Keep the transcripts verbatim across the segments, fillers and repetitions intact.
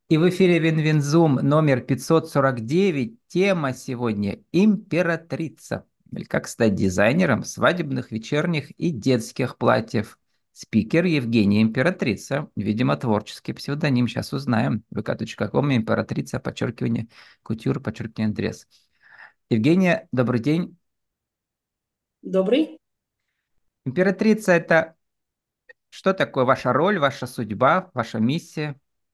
И в эфире Винвинзум номер пятьсот сорок девять. Тема сегодня — императрица. Или как стать дизайнером свадебных, вечерних и детских платьев. Спикер Евгения Императрица. Видимо, творческий псевдоним. Сейчас узнаем. vk.com императрица, подчеркивание, кутюр, подчеркивание, дресс. Евгения, добрый день. Добрый. Императрица — это что такое? Ваша роль, ваша судьба, ваша миссия?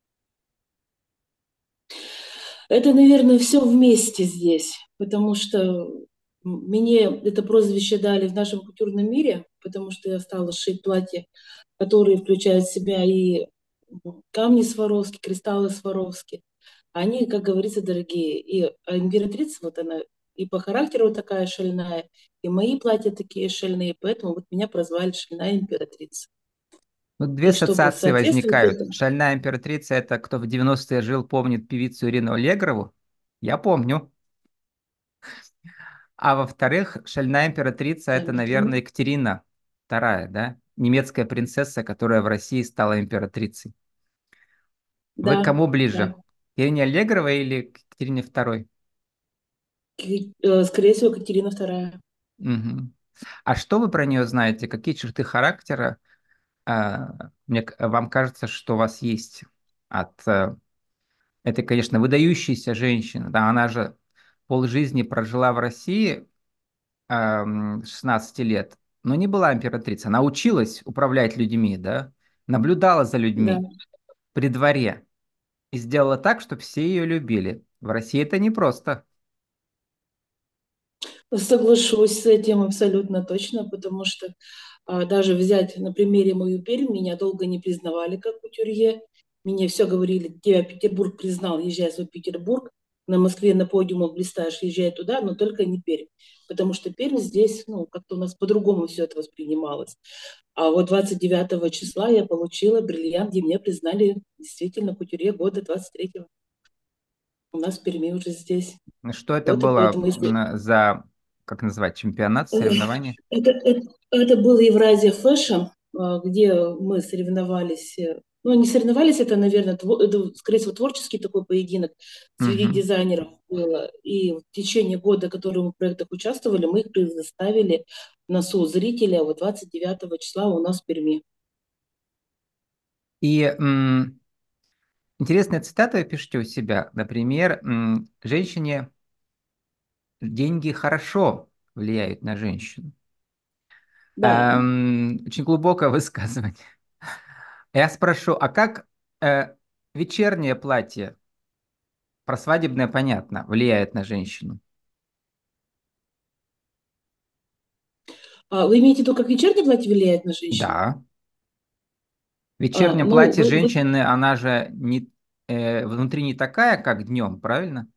Это, наверное, все вместе здесь, потому что мне это прозвище дали в нашем культурном мире, потому что я стала шить платья, которые включают в себя и камни Сваровски, кристаллы Сваровски. Они, как говорится, дорогие. И а императрица, вот она и по характеру вот такая шальная, и мои платья такие шальные, поэтому вот меня прозвали шальная императрица. Ну, две И чтобы ассоциации соответствовать возникают. этому, Шальная императрица — это кто в девяностые жил, помнит певицу Ирину Аллегрову. Я помню. А во-вторых, шальная императрица — да, это, наверное, Екатерина вторая, да? Немецкая принцесса, которая в России стала императрицей. Вы к да, кому да. ближе? К Ирине Аллегровой или к Екатерине второй? Ки- э, Скорее всего, Екатерина вторая. Мгм. А что вы про нее знаете? Какие черты характера, а, мне, к- вам кажется, что у вас есть от э, этой, конечно, выдающейся женщины? Да, она же полжизни прожила в России, ам, с шестнадцати лет, но не была императрицей. Она училась управлять людьми, да, наблюдала за Да. людьми при дворе и сделала так, чтобы все ее любили. В России это непросто. Соглашусь с этим абсолютно точно, потому что а, даже взять на примере мою Пермь, меня долго не признавали как кутюрье. Мне все говорили: тебя Петербург признал, езжай в свой Петербург. На Москве на подиумах блистаешь, езжай туда, но только не Пермь. Потому что Пермь здесь, ну, как-то у нас по-другому все это воспринималось. А вот двадцать девятого числа я получила бриллиант, где меня признали действительно кутюрье года двадцать третьего. У нас в Перми уже здесь. Что это Вот и было, поэтому, если м, за, как называть, чемпионат, Ой, соревнования? Это, это, это был Евразия Фэшн, а, где мы соревновались. э, Ну, не соревновались, это, наверное, тво- это, скорее всего, творческий такой поединок среди Мгм. дизайнеров было. И в течение года, который мы в проектах участвовали, мы их предоставили на суд зрителя вот двадцать девятого числа у нас в Перми. И м, интересная цитата вы пишете у себя. Например, м, женщине деньги хорошо влияют на женщину. Да, Эм, очень глубокое высказывание. Я спрошу, а как э, вечернее платье, про свадебное понятно, влияет на женщину? а вы имеете в виду, как вечернее платье влияет на женщину? Да. В А, вечернем ну, платье вы, вы- женщины, она же не, э, внутри не такая, как днем, правильно?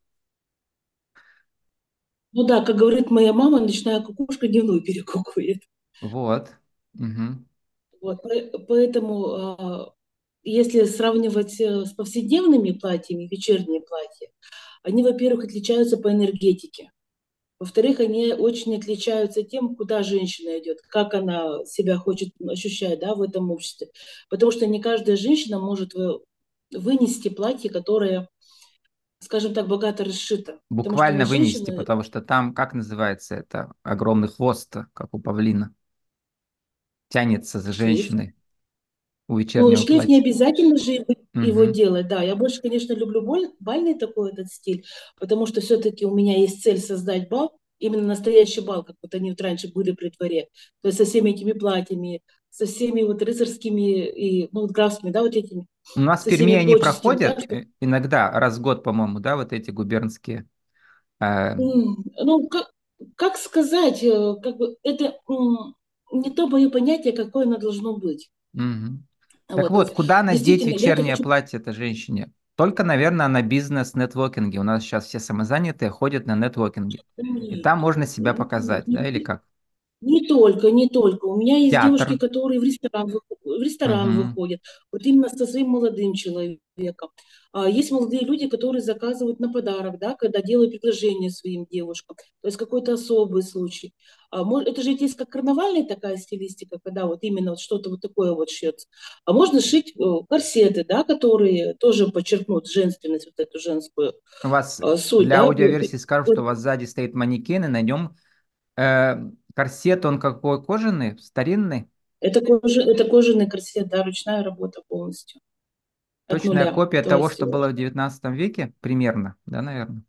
ну да, как говорит моя мама, ночная кукушка дневную перекукивает. Вот. Мгм. Вот, по- поэтому, а, если сравнивать э, с повседневными платьями, вечерние платья, они, во-первых, отличаются по энергетике. Во-вторых, они очень отличаются тем, куда женщина идет, как она себя хочет ощущать, да, в этом обществе. Потому что не каждая женщина может э, вынести платье, которое, скажем так, богато расшито. Потому что Буквально есть вынести, женщины, потому что там, как называется это, огромный хвост, как у павлина, тянется за шлейф. женщиной у Ну, и вечернего шлейф не платья. обязательно же его его Мгм. делать, да. Я больше, конечно, люблю боль- бальный такой этот стиль, потому что все-таки у меня есть цель создать бал, именно настоящий бал, как вот они вот раньше были при дворе. То есть со всеми этими платьями, со всеми вот рыцарскими и, ну, вот графскими, да, вот этими, У нас в со Перми всеми они почестями, да, проходят что- э, иногда, раз в год, по-моему, да, вот эти губернские. э, М, ну, как, как сказать, э, как бы это м, не то мое понятие, какое оно должно быть. мгм. Так Вот, то вот, есть, куда надеть действительно, я вечернее хочу. платье этой женщине? Только, наверное, на бизнес-нетворкинге. У нас сейчас все самозанятые ходят на нетворкинге. И Нет, там можно себя нет, показать, да, или нет. как? Не только, не только. У меня есть девушки, Театр. которые в ресторан, выход- в ресторан Мгм. выходят, вот именно со своим молодым человеком. А есть молодые люди, которые заказывают на подарок, да, когда делают предложение своим девушкам. То есть какой-то особый случай. А мо- это же есть как карнавальная такая стилистика, когда вот именно вот что-то вот такое вот шьется. А можно шить э, корсеты, да, которые тоже подчеркнут женственность, вот эту женскую У вас э, суть, для да. аудиоверсии скажу, Вот что у вас сзади стоит манекен, и на нем э, корсет, он какой, кожаный, старинный? это, кожа, это кожаный корсет, да, ручная работа полностью. От Точная нуля. копия То того, есть, что было в девятнадцатом веке? Примерно, да, наверное?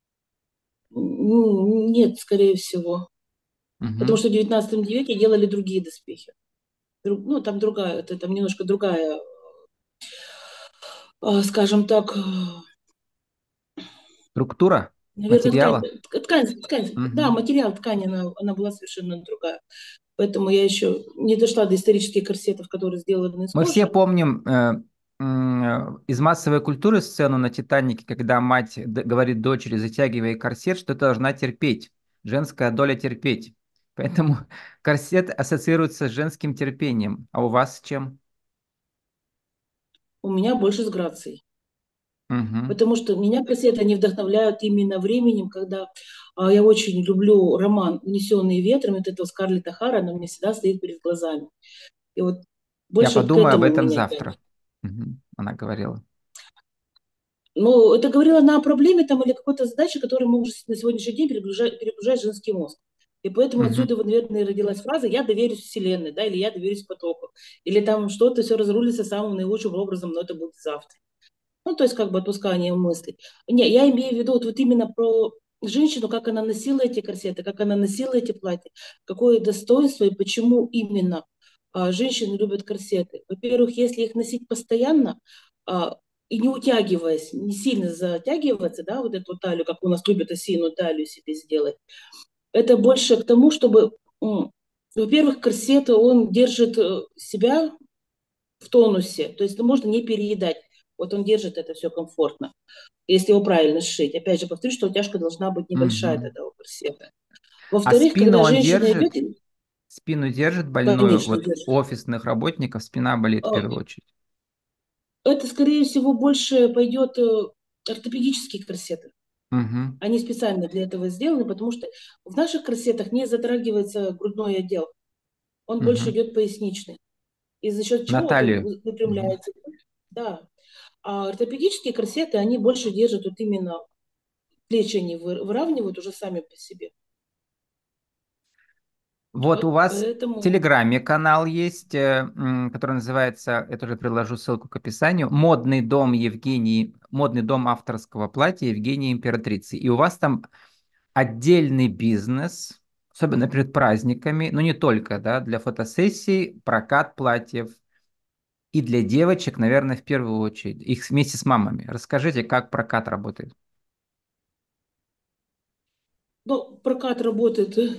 м, нет, скорее всего. Потому Мгм. что в девятнадцатом веке делали другие доспехи. Друг- ну, там другая, это, там немножко другая, а, скажем так, Структура наверное, ткань, материала? ткань, ткань, да, Мгм. материал ткани, она, она была совершенно другая. Поэтому я еще не дошла до исторических корсетов, которые сделаны из Мы все кожи. помним э, м, э, из массовой культуры сцену на «Титанике», когда мать д- говорит дочери, затягивая корсет, что ты должна терпеть. Женская доля терпеть. Поэтому корсет ассоциируется с женским терпением. А у вас с чем? У меня больше с грацией. Мгм. Потому что меня кассеты, они вдохновляют именно временем, когда а, я очень люблю роман «Унесенные ветром», вот этого Скарлетта Хара, она у меня всегда стоит перед глазами. И вот Я больше к подумаю об этому этом меня завтра. тянет. Мгм. Она говорила. Но это говорила она о проблеме там или какой-то задаче, которая может на сегодняшний день перегружать, перегружать женский мозг. И поэтому Мгм. отсюда, вот, наверное, родилась фраза «я доверюсь Вселенной», да, или «я доверюсь потоку», или там что-то все разрулится самым наилучшим образом, но это будет завтра. Ну, то есть как бы отпускание мыслей. Не, я имею в виду вот, вот именно про женщину, как она носила эти корсеты, как она носила эти платья, какое достоинство и почему именно а, женщины любят корсеты. Во-первых, если их носить постоянно а, и не утягиваясь, не сильно затягиваться, да, вот эту талию, как у нас любят осиную талию себе сделать, это больше к тому, чтобы, м, во-первых, корсет, он держит э, себя в тонусе, то есть можно не переедать. Вот он держит это все комфортно, если его правильно сшить. Опять же, повторюсь, что утяжка должна быть небольшая Мгм. тогда у корсета. А Во-вторых, спину когда он женщина идет, держит? Спину держит больную? конечно, Вот держит. у офисных работников спина болит в А, первую очередь. это, скорее всего, больше пойдет э, ортопедические корсеты. Мгм. Они специально для этого сделаны, потому что в наших корсетах не затрагивается грудной отдел. Он больше Мгм. идет поясничный. И за счет На чего вот он талию. Мгм. выпрямляется. Да. А ортопедические корсеты, они больше держат вот именно плечи, они вы- выравнивают уже сами по себе. Вот у Вот вас в поэтому, Телеграме канал есть, э, м, который называется, я тоже приложу ссылку к описанию, «Модный дом Евгении», «Модный дом авторского платья Евгении Императрицы». И у вас там отдельный бизнес, особенно перед праздниками, но не только, да, для фотосессий, прокат платьев и для девочек, наверное, в первую очередь, их вместе с мамами. Расскажите, как прокат работает. ну, прокат работает. э,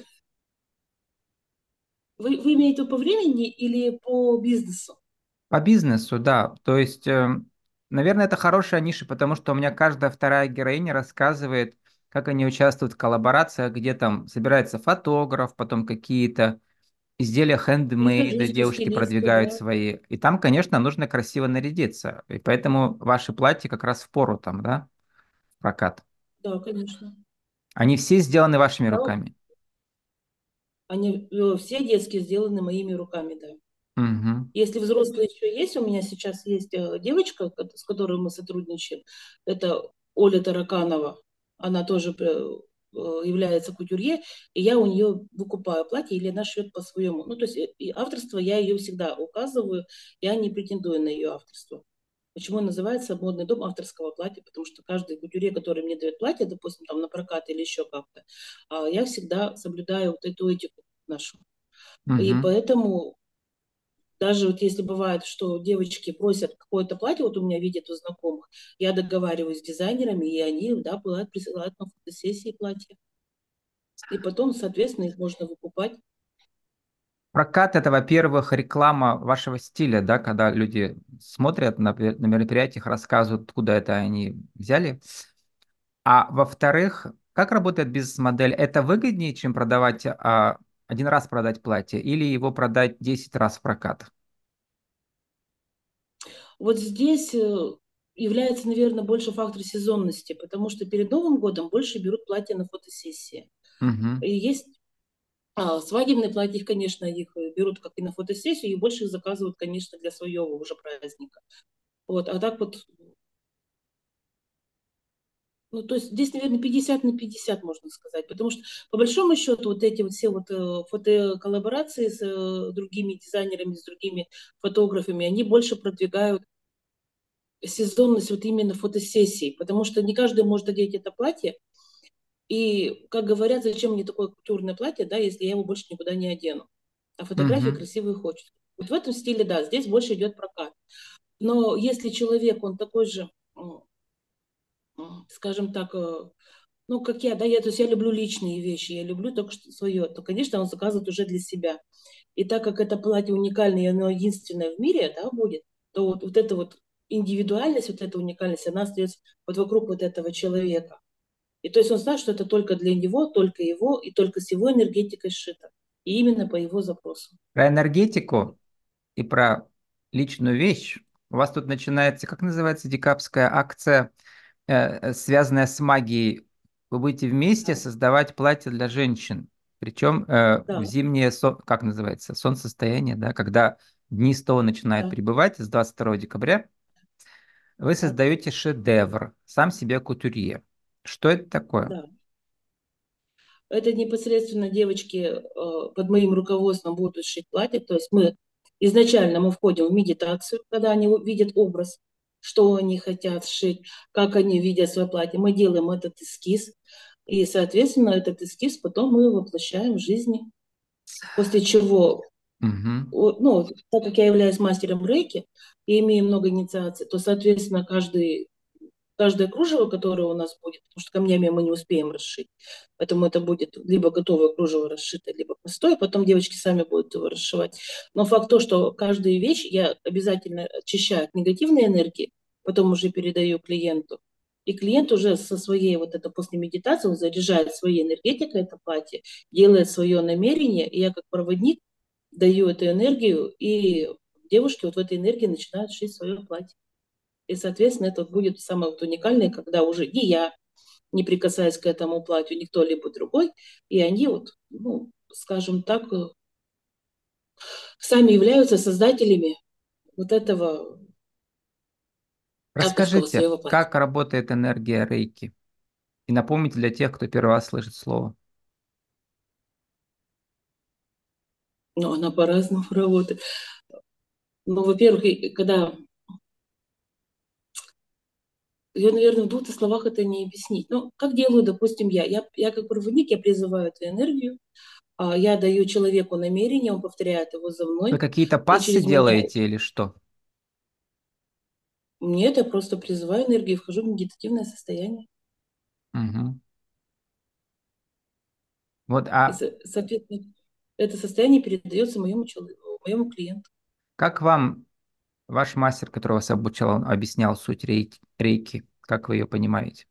Вы, вы имеете в виду по времени или по бизнесу? По бизнесу, да. То есть, э, наверное, это хорошая ниша, потому что у меня каждая вторая героиня рассказывает, как они участвуют в коллаборациях, где там собирается фотограф, потом какие-то изделия хендмейда, Визажистка, девушки стилистка, продвигают да. свои. И там, конечно, нужно красиво нарядиться. И поэтому ваши платья как раз в пору там, да, в прокат. Да, конечно. Они все сделаны вашими Да, руками. они э, все детские сделаны моими руками, да. Угу, Если взрослые еще есть, у меня сейчас есть э, девочка, ко- с которой мы сотрудничаем. Это Оля Тараканова. Она тоже э, э, является кутюрье, и я у нее выкупаю платье, или она шьет по-своему. Ну, то есть э, и авторство я ее всегда указываю, я не претендую на ее авторство. Почему называется модный дом авторского платья? Потому что каждый кутюрье, который мне дает платье, допустим, там на прокат или еще как-то, а, я всегда соблюдаю вот эту этику нашу. И угу. поэтому даже вот если бывает, что девочки просят какое-то платье, вот у меня видят у знакомых, я договариваюсь с дизайнерами, и они, да, бывает, присылают на фотосессии платья. И потом, соответственно, их можно выкупать. Прокат — это, во-первых, реклама вашего стиля, да, когда люди смотрят на, пе- на мероприятиях, рассказывают, откуда это они взяли. А во-вторых, как работает бизнес-модель? Это выгоднее, чем продавать а, один раз продать платье или его продать десять раз в прокат? Вот здесь э, является, наверное, больше фактор сезонности, потому что перед Новым годом больше берут платья на фотосессии. Мгм. И есть а, свадебные платья, их, конечно, их э, берут как и на фотосессию, и больше их заказывают, конечно, для своего уже праздника. Вот, а так вот, ну, то есть здесь, наверное, пятьдесят на пятьдесят, можно сказать, потому что, по большому счету, вот эти вот все вот э, фотоколлаборации с э, другими дизайнерами, с другими фотографами, они больше продвигают сезонность вот именно фотосессий, потому что не каждый может одеть это платье, и, как говорят, зачем мне такое культурное платье, да, если я его больше никуда не одену, а фотографии Мгм. красивые хочется. Вот в этом стиле, да, здесь больше идет прокат. Но если человек, он такой же, м, м, скажем так, э, ну, как я, да, я, то есть я люблю личные вещи, я люблю только что свое, то, конечно, он заказывает уже для себя. И так как это платье уникальное, и оно единственное в мире, да, будет, то вот, вот эта вот индивидуальность, вот эта уникальность, она остается вот вокруг вот этого человека. И то есть он знает, что это только для него, только его, и только с его энергетикой сшито. И именно по его запросу. Про энергетику и про личную вещь. У вас тут начинается, как называется, декабрьская акция, э, э, связанная с магией. Вы будете вместе Да, создавать платье для женщин. Причем э, в да, зимнее, со- как называется, солнцестояние, да, когда дни снова начинают да, прибывать с двадцать второго декабря, вы да, создаете шедевр, сам себе кутюрье. Что это такое? да. Это непосредственно девочки э, под моим руководством будут шить платье. То есть мы изначально мы входим в медитацию, когда они видят образ, что они хотят сшить, как они видят свое платье. Мы делаем этот эскиз, и, соответственно, этот эскиз потом мы воплощаем в жизни. После чего, Мгм. о, ну, так как я являюсь мастером рейки и имею много инициаций, то, соответственно, каждый каждое кружево, которое у нас будет, потому что камнями мы не успеем расшить, поэтому это будет либо готовое кружево расшитое, либо простое, потом девочки сами будут его расшивать. Но факт то, что каждую вещь я обязательно очищаю от негативной энергии, потом уже передаю клиенту, и клиент уже со своей вот это после медитации, он заряжает своей энергетикой это платье, делает свое намерение, и я как проводник даю эту энергию, и девушки вот в этой энергии начинают шить свое платье. И, соответственно, это вот будет самое вот уникальное, когда уже ни я не прикасаюсь к этому платью, ни кто-либо другой, и они вот, ну, скажем так, э, сами являются создателями вот этого авторского Расскажите, своего платья. как работает энергия рейки? И напомните для тех, кто первый раз слышит слово. Но она по-разному работает. Ну, во-первых, и- когда я, наверное, в двух словах это не объяснить. Ну, как делаю, допустим, я. Я, я как проводник, я призываю эту энергию, а, я даю человеку намерение, он повторяет его за Вы мной, какие-то и пассы через меня делаете или что? нет, я просто призываю энергию и вхожу в медитативное состояние. Мгм. Вот, И, а со- соответственно, это состояние передается моему, человеку, моему клиенту. как вам ваш мастер, который вас обучал, он объяснял суть рейки, рейки? Как вы ее понимаете?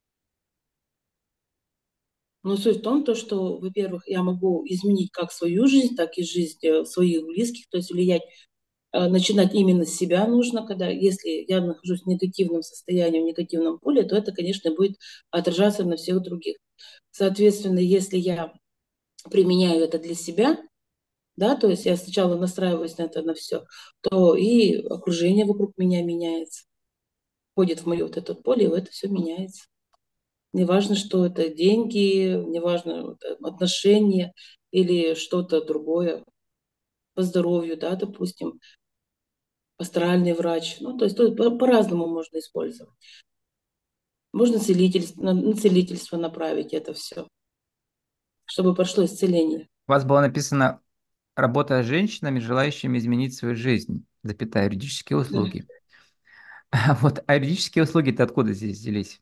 Но суть в том, то, что, во-первых, я могу изменить как свою жизнь, так и жизнь э, своих близких, то есть влиять, э, начинать именно с себя нужно, когда, если я нахожусь в негативном состоянии, в негативном поле, то это, конечно, будет отражаться на всех других. Соответственно, если я применяю это для себя, да, то есть я сначала настраиваюсь на это, на все, то и окружение вокруг меня меняется, входит в мое вот это поле, и это все меняется. Неважно, что это деньги, неважно вот, э, отношения или что-то другое по здоровью, да, допустим, астральный врач. Ну, то есть тут по- по-разному можно использовать. Можно целительство, на, на целительство направить это все, чтобы прошло исцеление. У вас было написано «Работа с женщинами, желающими изменить свою жизнь», запятая, юридические Да. услуги. Вот, а юридические услуги-то откуда здесь взялись?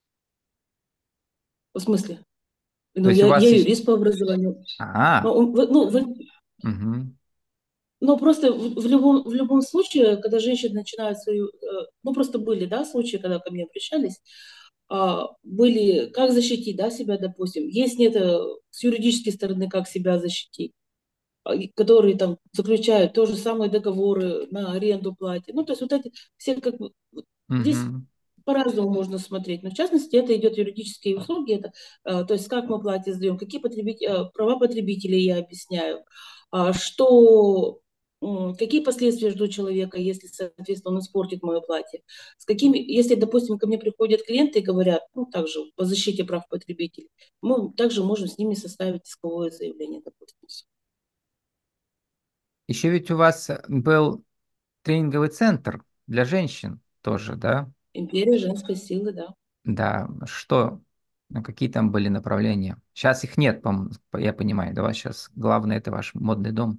В смысле? То Ну, есть у я, я вас есть... юрист по образованию. А, Ну, вы- ну, вы- мгм. ну, просто в, в любом, в любом случае, когда женщины начинают свою... э, ну, просто были, да, случаи, когда ко мне обращались, а, были, как защитить, да, себя, допустим. Есть нет э, с юридической стороны, как себя защитить, а, и которые там заключают то же самые договоры на аренду платья. Ну, то есть вот эти все как бы, вот здесь Мгм. по-разному можно смотреть. Но в частности, это идет юридические услуги, это, э, то есть как мы платье сдаем, какие потребитель, э, права потребителей я объясняю, а, что м, какие последствия ждут человека, если, соответственно, он испортит мое платье. С какими, если, допустим, ко мне приходят клиенты и говорят, ну, также по защите прав потребителей, мы также можем с ними составить исковое заявление, допустим. Еще ведь у вас был тренинговый центр для женщин тоже, да? Империя женской силы, да. Да, что, ну, какие там были направления? Сейчас их нет, по я понимаю, да, у вас сейчас главное это ваш модный дом.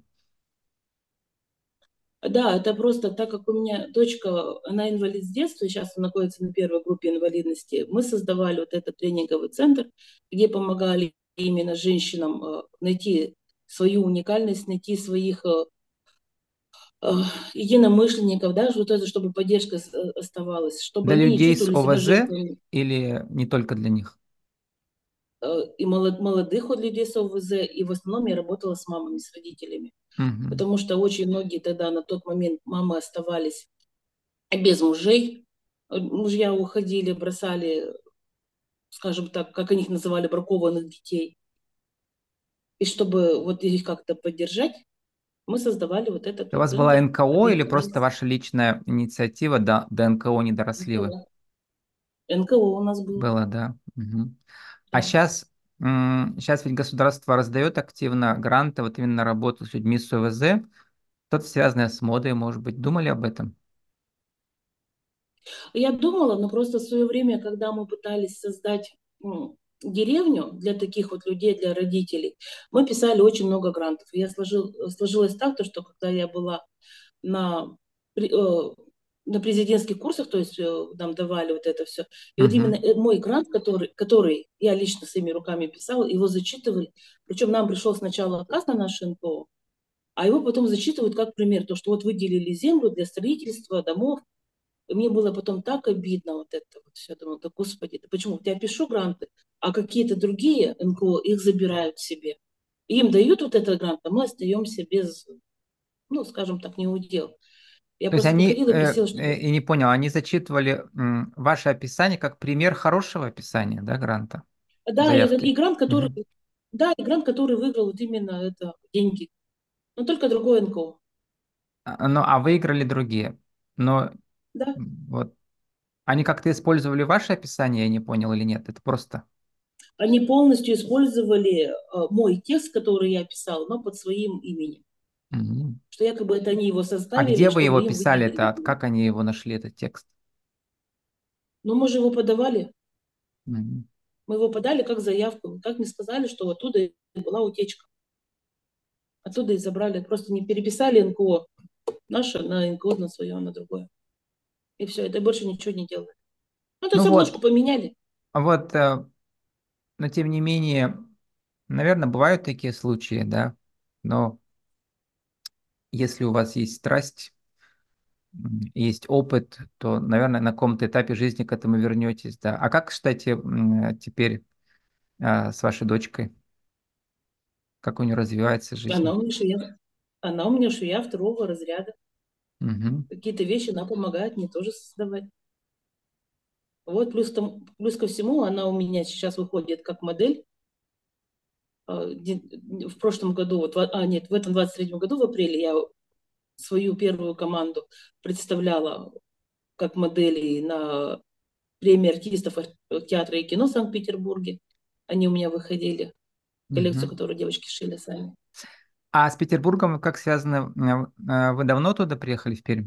Да, это просто так как у меня дочка, она инвалид с детства, сейчас она находится на первой группе инвалидности, мы создавали вот этот тренинговый центр, где помогали именно женщинам э, найти свою уникальность, найти своих э, э, единомышленников, да, вот это, чтобы поддержка с- э, оставалась, чтобы Для они не людей с чувствовали себя О В З жертвами или не только для них? э, и молод- молодых от людей с О В З, и в основном я работала с мамами, с родителями, Мгм. потому что очень многие тогда на тот момент мамы оставались без мужей. Э, Мужья уходили, бросали, скажем так, как они их называли, бракованных детей. И чтобы вот их как-то поддержать, мы создавали вот этот У вот вас была центр, Н К О или просто объединялись. ваша личная инициатива, да, до Н К О не доросли вы? эн ка о. эн ка о у нас было, Было, да. Мгм. А да. сейчас, сейчас ведь государство раздает активно гранты вот именно на работу с людьми с О В З, что-то связанное с модой, может быть. Думали об этом? Я думала, но просто в свое время, когда мы пытались создать м, деревню для таких вот людей, для родителей, мы писали очень много грантов. И я сложил, сложилось так, то, что когда я была на, при- э, на президентских курсах, то есть э, нам давали вот это все. И вот именно Мгм. э, мой грант, который, который я лично своими руками писала, его зачитывали. Причем нам пришел сначала отказ на наш эн ка о, а его потом зачитывают как пример, то, что вот выделили землю для строительства домов. И мне было потом так обидно вот это вот все. Думала, да господи, да почему? Я пишу гранты, а какие-то другие эн ка о их забирают себе. И им дают вот этот грант, а мы остаемся без, ну, скажем так, неудел. Я То есть просто они, приходила и э, просила, э, чтобы... и не понял, они зачитывали м, ваше описание как пример хорошего описания, да, гранта, Да, и, этот, и заявки. грант, который... Мгм. Да, и грант, который выиграл вот именно это деньги. Но только другой эн ка о. А, Ну, а выиграли другие. Но Да. м, вот они как-то использовали ваше описание, я не понял или нет, это просто. Они полностью использовали э, мой текст, который я писала, но под своим именем. Мгм. Что якобы это они его А составили, где вы его чтобы им писали выделили. это? Как они его нашли, этот текст? Но мы же его подавали. Мгм. Мы его подали как заявку. Как мне сказали, что оттуда и была утечка. Оттуда и забрали. Просто не переписали эн ка о наше на эн ка о на свое, на другое. И все. Это больше ничего не делали. Ну, то Ну есть обложку вот, поменяли. а вот, э, но тем не менее, наверное, бывают такие случаи, да, но если у вас есть страсть, м, есть опыт, то, наверное, на каком-то этапе жизни к этому вернетесь, да. А как, кстати, м, теперь а, с вашей дочкой? Как у нее развивается Она жизнь? у меня швея. Она у меня швея второго разряда. Мгм. Какие-то вещи она помогает мне тоже создавать. Вот, плюс, там, плюс ко всему, она у меня сейчас выходит как модель. А, де- В прошлом году, вот, в- а нет, в этом двадцать третьем году, в апреле, я свою первую команду представляла как модели на премии артистов театра и кино в Санкт-Петербурге. Они у меня выходили, коллекцию, Мгм. которую девочки шили сами. А с Петербургом как связано? э, э, Вы давно туда приехали, в Пермь?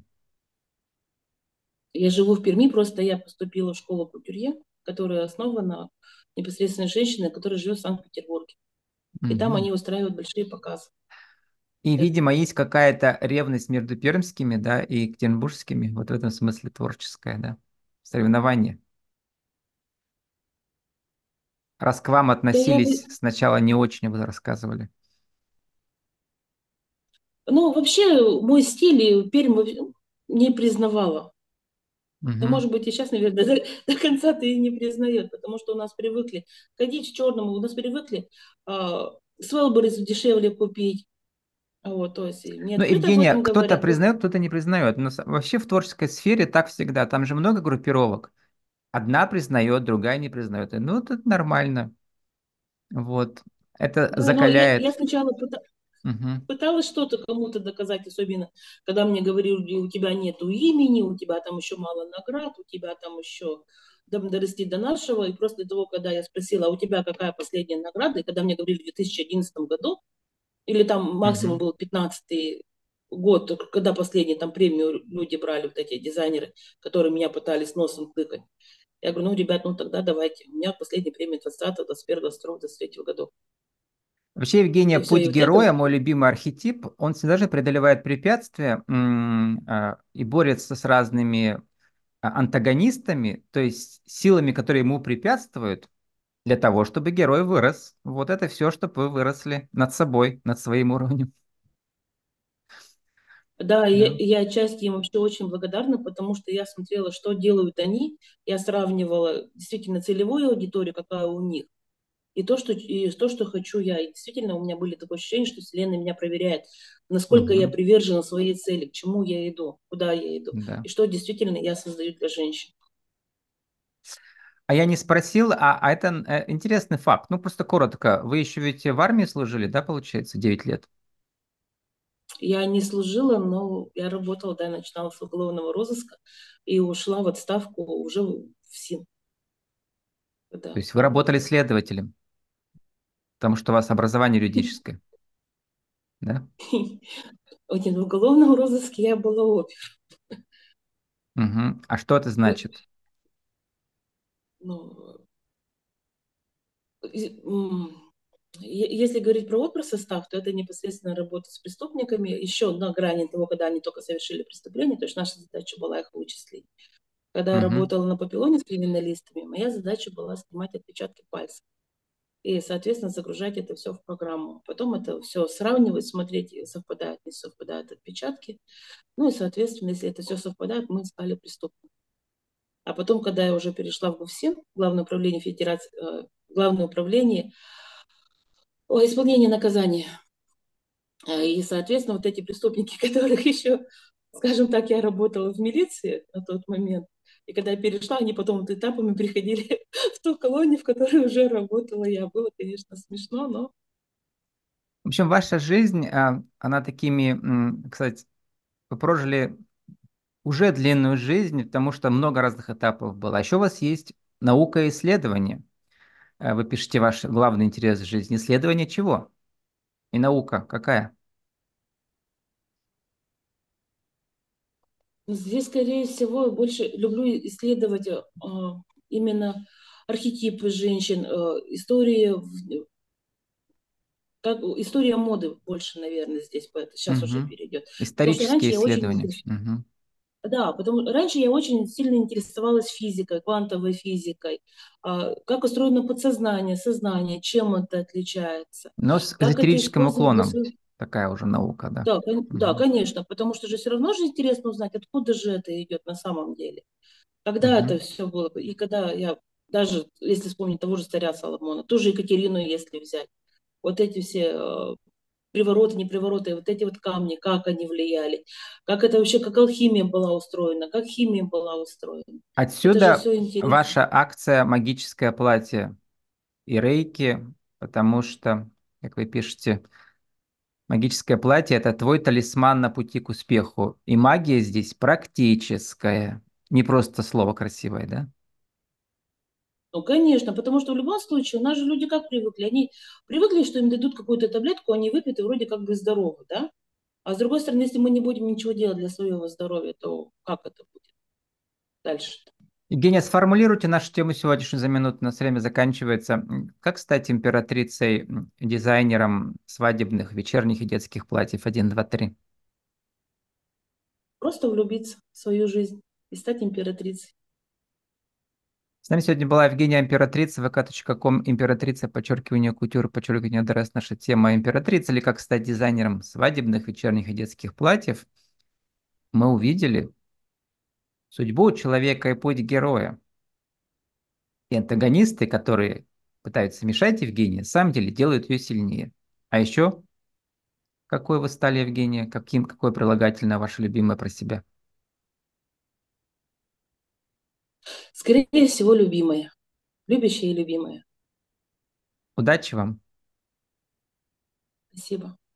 Я живу в Перми, просто я поступила в школу кутюрье, которая основана непосредственно женщиной, которая живет в Санкт-Петербурге. И там Мгм. они устраивают большие показы. И, Это- видимо, есть какая-то ревность между пермскими, да, и екатеринбургскими, вот в этом смысле творческая, да, соревнование. Раз к вам Да я относились бы... сначала не очень, вы рассказывали. Ну, вообще, мой стиль Пермь не признавала. Да, может быть, и сейчас, наверное, до, до конца-то и не признает, потому что у нас привыкли ходить в черном, у нас привыкли а, Свелберис дешевле купить. А Вот, то есть и мне Ну, открыто об Евгения, этом кто-то говорят. признает, кто-то не признает. Но с- вообще в творческой сфере так всегда. Там же много группировок. Одна признает, другая не признает. И, ну, это нормально. Вот. Это Да, но я, я закаляет. сначала пыта- Мгм. пыталась что-то кому-то доказать, особенно когда мне говорили, у тебя нету имени, у тебя там еще мало наград, у тебя там еще там дорасти до нашего. И после того, когда я спросила, а у тебя какая последняя награда, и когда мне говорили в две тысячи одиннадцатом году, или там максимум Мгм. был пятнадцатый год, только когда последний там премию люди брали, вот эти дизайнеры, которые меня пытались носом тыкать. Я говорю, ну, ребят, ну тогда давайте. У меня последняя премия двадцатого, двадцать первого, двадцать второго, двадцать третьего годов. Вообще, Евгения, И все, путь и вот это героя, мой любимый архетип, он всегда же преодолевает препятствия м, а, и борется с разными а, антагонистами, то есть силами, которые ему препятствуют, для того, чтобы герой вырос. Вот это все, чтобы вы выросли над собой, над своим уровнем. Да, и я, Да. и я отчасти им вообще очень благодарна, потому что я смотрела, что делают они, я сравнивала действительно целевую аудиторию, какая у них, и то, что, и то, что хочу я. И действительно у меня были такое ощущение, что Вселенная меня проверяет, насколько я Мгм. привержена своей цели, к чему я иду, куда я иду, Да. и что действительно я создаю для женщин. А я не спросил, а, а это э, интересный факт. Ну, просто коротко. Вы еще ведь в армии служили, да, получается, девять лет? Я не служила, но я работала, да, я начинала с уголовного розыска и ушла в отставку уже в СИН. То Да. есть вы работали следователем, потому что у вас образование юридическое, да? Нет, в уголовном розыске я была опер. Мгм. А что это опер. значит? Ну, и- м, е- если говорить про опер состав, то это непосредственно работа с преступниками, еще на грани того, когда они только совершили преступление, то есть наша задача была их вычислить. Когда я Мгм. работала на Папилоне с криминалистами, моя задача была снимать отпечатки пальцев и, соответственно, загружать это все в программу. Потом это все сравнивать, смотреть, совпадают, не совпадают отпечатки. Ну и, соответственно, если это все совпадает, мы искали преступника. А потом, когда я уже перешла в ГУФСИН, Главное управление Федерации, э, Главное управление о исполнении наказания, э, и, соответственно, вот эти преступники, которых еще, скажем так, я работала в милиции на тот момент, и когда я перешла, они потом вот этапами приходили в ту колонию, в которой уже работала я. Было, конечно, смешно, но В общем, ваша жизнь, а, она такими, м, кстати, вы прожили уже длинную жизнь, потому что много разных этапов было. А еще у вас есть наука и исследование. Э, Вы пишете ваш главный интерес в жизни. Исследование чего? И наука какая? здесь, скорее всего, я больше люблю исследовать э, именно архетипы женщин, э, истории, в- как, история моды больше, наверное, здесь сейчас уже Мгм. перейдет. Потому что Исторические раньше я очень исследования. интерес- Мгм. да, потому раньше я очень сильно интересовалась физикой, квантовой физикой, а, как устроено подсознание, сознание, чем это отличается, Но с как это эзотерическим использовать для уклоном. своего... Такая уже наука, да. Да, кон- да, Мгм. конечно, потому что же все равно же интересно узнать, откуда же это идет на самом деле. Когда это Мгм. все было, и когда я, даже если вспомнить того же царя Соломона, ту же Екатерину, если взять, вот эти все э, привороты, не привороты, вот эти вот камни, как они влияли, как это вообще, как алхимия была устроена, как химия была устроена. Это же Отсюда все интересно. ваша акция «Магическое платье» и рейки, потому что, как вы пишете, магическое платье– это твой талисман на пути к успеху. И магия здесь практическая. Не просто слово красивое, да? Ну, конечно, потому что в любом случае у нас же люди как привыкли? Они привыкли, что им дадут какую-то таблетку, они выпьют и вроде как бы здоровы, да? А с другой стороны, если мы не будем ничего делать для своего здоровья, то как это будет дальше? Евгения, сформулируйте нашу тему сегодняшнюю за минуту, у нас время заканчивается. М, Как стать императрицей, м, дизайнером свадебных, вечерних и детских платьев? Один, два, три. Просто влюбиться в свою жизнь и стать императрицей. С нами сегодня была Евгения Императрица, вэ ка точка ком, императрица, подчеркивание, кутюр, подчеркивание, дресс. Наша тема императрица или как стать дизайнером свадебных, вечерних и детских платьев. Мы увидели, судьбу человека и путь героя. И антагонисты, которые пытаются мешать Евгении, на самом деле делают ее сильнее. А еще, какой вы стали, Евгения? Каким, какое прилагательное ваше любимое про себя? Скорее всего, любимая. Любящая и любимая. Удачи вам! Спасибо.